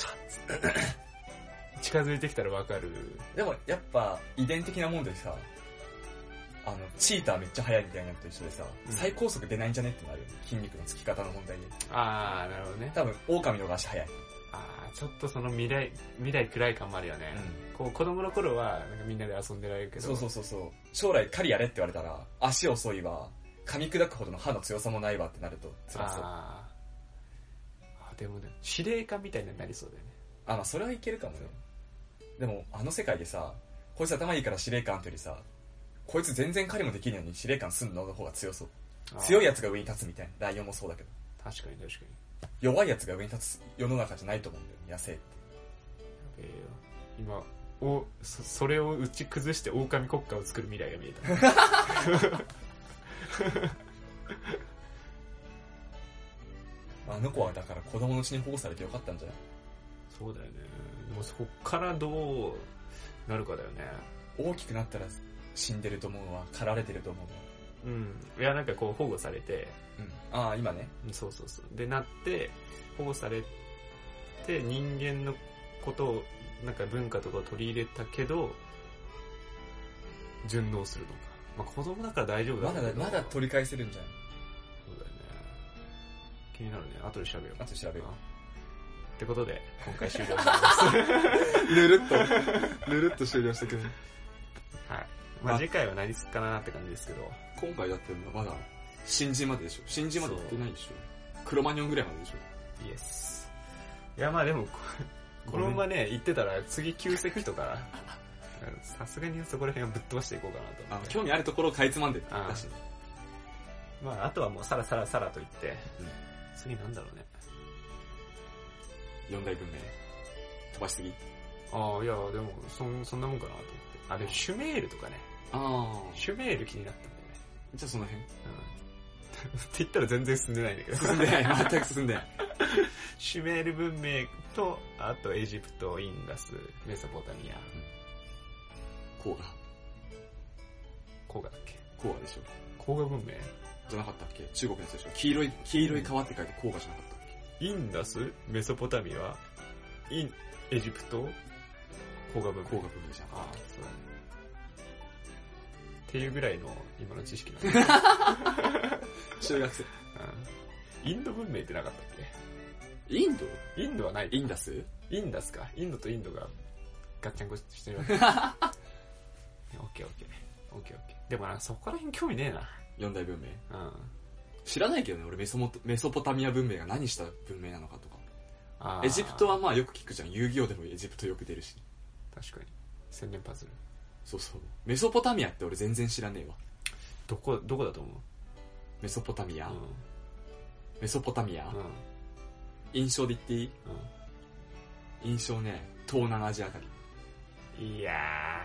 近づいてきたらわかる。 でも、やっぱ、遺伝的なもんでさ、チーターめっちゃ速いみたいなのと一緒でさ、最高速出ないんじゃねってなるよね。筋肉のつき方の問題で。 なるほどね。 多分、狼の方が足速い。 ちょっとその未来暗い感もあるよね。こう子供の頃はなんかみんなで遊んでられるけど。そう。 将来狩りやれって言われたら、足遅いわ、噛み砕くほどの歯の強さもないわってなると辛そう。 でもね、司令官みたいになりそうだよね。 まあそれはいけるかもね。でも、あの世界でさ、こいつ頭いいから司令官ってよりさ、こいつ全然狩りもできるのに司令官すんの方が強そう。強いやつが上に立つみたいな。ライオンもそうだけど。 確かに。 弱いやつが上に立つ世の中じゃないと思うんだよ、野生って。 やべえよ。今、それを打ち崩して狼国家を作る未来が見えた。あの子はだから子供のうちに保護されてよかったんじゃない？ そうだよね。でもそこからどうなるかだよね。 大きくなったら死んでると思うわ、狩られてると思うわ。 いやなんかこう保護されて、 今ね。 そう。でなって保護されて人間のことをなんか文化とかを取り入れたけど順応するとか。まあ子供だから大丈夫だけど。 まだ取り返せるんじゃない？ そうだよね。気になるね。後で調べよう。ってことで今回終了になります。 ぬるっと終了してくれる。 はい。まあ次回は何すっかなって感じですけど。 今回だってまだ新人まででしょ。新人まで行ってないでしょ。クロマニョンぐらいまででしょ。 イエス。いやまあでもこのままね行ってたら次旧セクトからさすがにそこら辺はぶっ飛ばしていこうかなと思って。 興味あるところをかいつまんでってだし。 まああとはもうさらと言って、次なんだろうね。 四大文明飛ばしすぎ。 いやでもそんなもんかなと思って。でもシュメールとかね。シュメール気になったんだよね。 じゃあその辺。 って言ったら全然進んでないんだけど。 全く進んでない。 シュメール文明と、あとエジプト、インダス、メソポタミア。 こうが。 黄河だっけ？ 黄河でしょ。 黄河文明じゃなかったっけ？中国のやつでしょ。黄色い川って書いて黄河じゃなかったっインダス、メソポタミア、エジプト、黄河文明。 け？黄河文明じゃん。 ああ、そうだね。っていうぐらいの今の知識なんだ。 中学生。 インド文明ってなかったっインド？ け？インドはない。 インダス？ インダスか。インドとインドがガッチャンコしてるわけ。オッケーオッケー。オッケーオッケー。でもな、そこら辺興味ねえな。 四大文明。 うん。 知らないけどね、俺メソポタミア文明が何した文明なのかとか。 あエジプトはまあよく聞くじゃん。遊戯王でもエジプトよく出るし。 確かに。千年パズル。 そうそう。メソポタミアって俺全然知らねえわ。 どこだと思う？ メソポタミア、 うん。 メソポタミア、 うん。 印象で言っていい？印象ね、東南アジアあたり。 うん。いや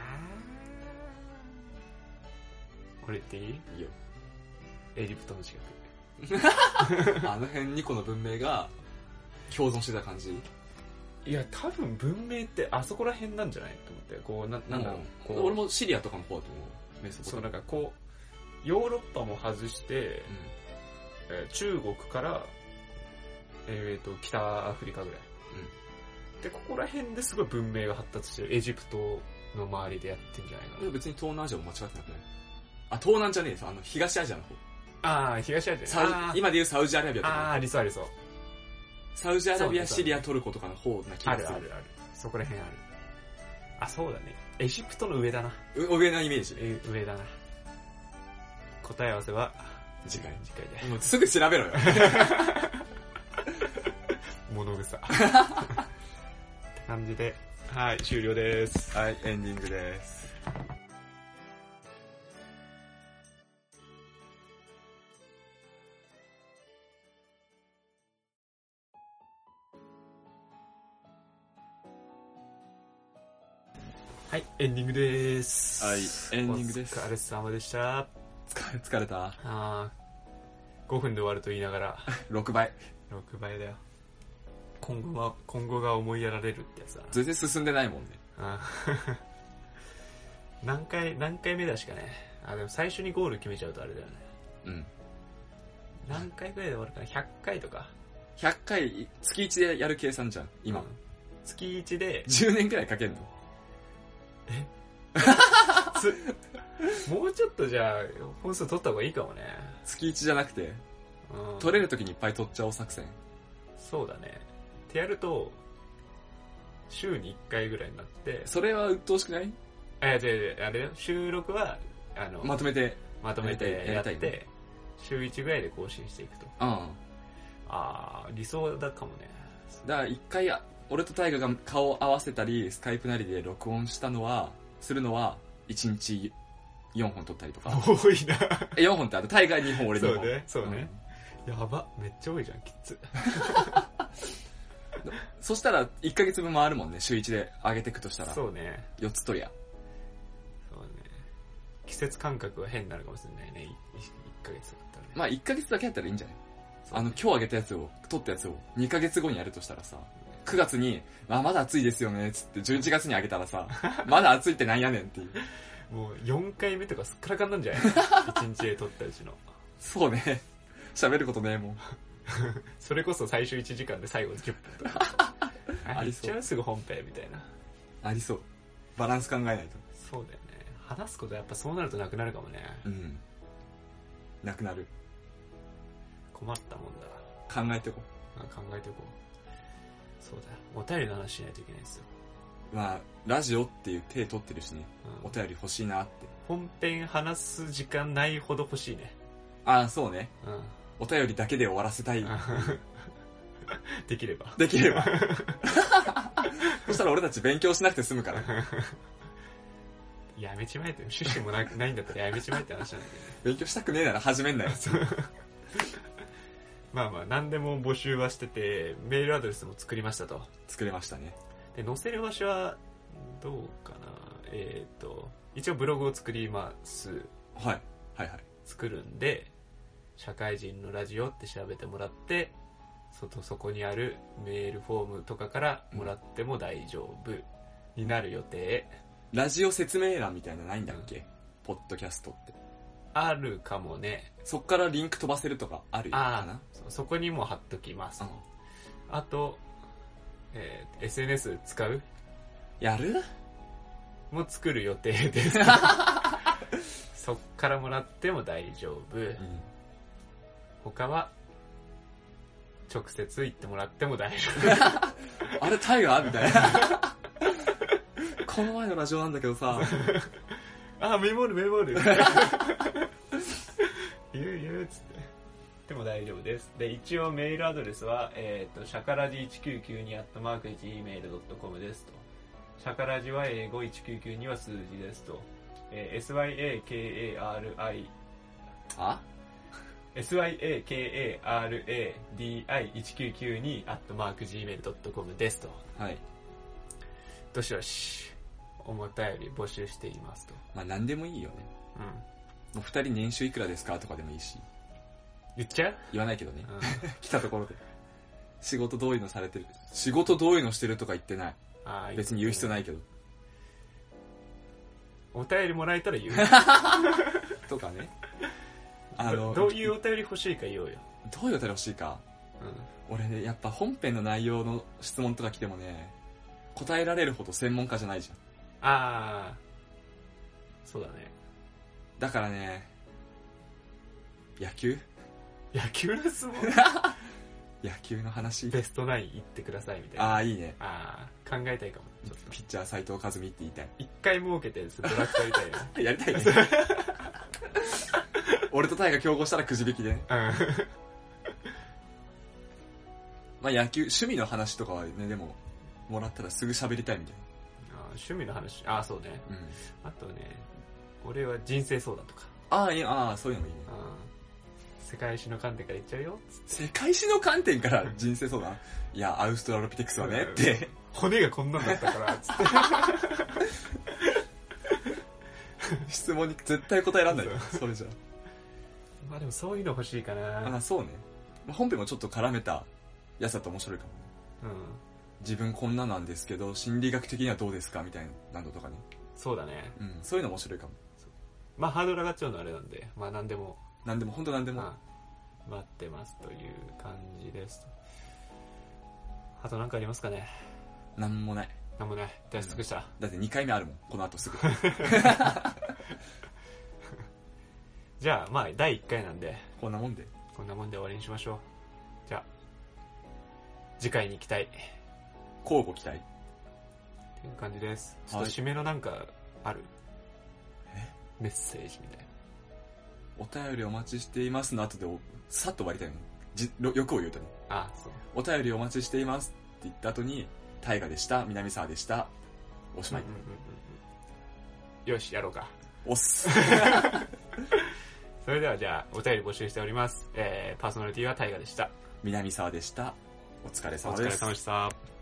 ー。俺言っていい？ いいよ。 エジプトの近く。 あの辺2個の文明が共存してた感じ。 いや、多分文明ってあそこら辺なんじゃないと思って。こう、なんだろう。こう俺もシリアとかの方だと思う。メソポタそう、 ミア。 なんかこう、ヨーロッパも外して、中国から、北アフリカぐらい。で、ここら辺ですごい文明が発達してる。エジプトの周りでやってんじゃないかな。 でも別に東南アジアも間違ってなくない？あ、東南じゃねえです。東アジアの方。 ああ、東アジアね。 今で言うサウジアラビアとか。 ああ、ありそうありそう。 サウジアラビア、シリア、トルコとかの方な気がする。 あるあるある。そこら辺ある。あ、そうだね。エジプトの上だな。 上のイメージ。 上だな。答え合わせは次回で。 で。 もうすぐ調べろよ。 物草。って感じで、はい、終了です。 はい、エンディングです。 はい、エンディングです。 はい、エンディングです。 お疲れ様でした。 疲れた。 5分で終わると言いながら。 6倍。 6倍だよ。今後が思いやられるってやつだな。 全然進んでないもんね。 何回目だしかね。でも最初にゴール決めちゃうとあれだよね。 うん。 何回ぐらいで終わるかな？ 100 回とか。 100回、月1でやる計算じゃん、今。 月1で。 10年くらいかけんの？ もうちょっとじゃあ、本数取った方がいいかもね。 月1じゃなくて、取れるときにいっぱい取っちゃおう作戦。 そうだね。ってやると、週に1回ぐらいになって。 それは鬱陶しくない？ あれよ、収録は、 まとめてやって、週1ぐらいで更新していくと。理想だかもね。 だから1回、俺とタイガが顔を合わせたり、スカイプなりで録音するのは、1日4本撮ったりとか。 多いな。 4本ってタイガ2本俺2本。 そうね。やば、めっちゃ多いじゃん、きつ。 そしたら1ヶ月分もあるもんね、週1で上げていくとしたら。そうね。 4つ取りゃ。 そうね。季節感覚は変になるかもしれないね、1ヶ月だったらね。 まあ1ヶ月だけやったらいいんじゃない？今日上げたやつを、撮ったやつを2ヶ月後にやるとしたらさ、9月に、まだ暑いですよね、つって11月に上げたらさ、まだ暑いってなんやねんっていう。 もう4回目とかすっからかんなんじゃない1日で撮ったうちの。 そうね。喋ることねえもん。 それこそ最初1時間で最後10分とか。 ありそう。 すぐ本編みたいな。 ありそう。バランス考えないと。 そうだよね。話すことやっぱそうなるとなくなるかもね。 うん。なくなる。 困ったもんだ。 考えておこう。 考えておこう。そうだ。お便りの話しないといけないですよ。 まあ、ラジオっていう手取ってるしね。お便り欲しいなって。 本編話す時間ないほど欲しいね。 そうね。お便りだけで終わらせたい。 できれば。 そしたら俺たち勉強しなくて済むから。 やめちまえって、趣旨もないんだったらやめちまえって話なんだけどね。 勉強したくねえなら始めんなよ。 まあ何でも募集はしてて、メールアドレスも作りましたと。 作れましたね。 で、載せる場所は、どうかな。一応ブログを作ります。 はい。 作るんで、社会人のラジオって調べてもらって、そこにあるメールフォームとかからもらっても大丈夫になる予定。 ラジオ説明欄みたいなのないんだっけ？ ポッドキャストって。 あるかもね。 そっからリンク飛ばせるとかあるかな。 そこにも貼っときます。 うん、 あと、SNS 使う？ やる？ もう作る予定です。そっからもらっても大丈夫。うん、他は、直接行ってもらっても大丈夫。あれタイガーみたいな。この前のラジオなんだけどさ。 メモる。言うっつって。でも大丈夫です。で、一応メールアドレスは、シャカラジ1992@gmail.com ですと。シャカラジは英語1992は数字ですと。syakaRadi1992@gmail.com ですと。 はい。 どしどし、お便り募集していますと。 まあ何でもいいよね。うん。もう二人年収いくらですかとかでもいいし。 言っちゃう？ 言わないけどね。うん、来たところで。仕事どういうのされてる？仕事どういうのしてるとか言ってない。別に言う必要ないけど。 お便りもらえたら言う。 とかね。 どういうお便り欲しいか言おうよ。 どういうお便り欲しいか。うん、俺ね、やっぱ本編の内容の質問とか来てもね、答えられるほど専門家じゃないじゃん。 そうだね。 だからね、野球の質問野球の話。 ベストナイン行ってくださいみたいな。 いいね。 考えたいかも。 ピッチャー斉藤和美って言いたい。 一回儲けてドラフトやりたいな。 やりたいね。俺とタイが競合したらくじ引きでね。まあ野球、趣味の話とかはね、でも、もらったらすぐ喋りたいみたいな。 趣味の話、そうね。 うん。 あとね、俺は人生相談とか。 そういうのもいいね。 世界史の観点から言っちゃうよ。 世界史の観点から人生相談？いや、アウストラロピテクスはねって。 骨がこんなんだったから、つって。 質問に絶対答えらんないよ。それじゃ。 まあでもそういうの欲しいかな。 そうね。本編もちょっと絡めたやつだと面白いかもね。うん。自分こんななんですけど、心理学的にはどうですかみたいなのとかね。 そうだね。 うん。そういうの面白いかも。 まあハードル上がっちゃうのあれなんで、まあ何でも、 本当何でも。 待ってますという感じです。あと何かありますかね？ なんもない。 出し尽くした。 だって2回目あるもん、この後すぐ。 じゃあ、まあ、第1回なんで。 こんなもんで終わりにしましょう。じゃあ、次回に期待。 交互期待。 っていう感じです。ちょっと締めのなんか、ある？メッセージみたいな。 お便りお待ちしていますの後で、さっと終わりたいの。欲を言うとね。 そう。 お便りお待ちしていますって言った後に、大河でした、南沢でした、おしまい。 よし、やろうか。 おっす。 それではじゃあ、お便り募集しております。パーソナリティは大河でした。 南沢でした。お疲れ様です。 お疲れ様でした。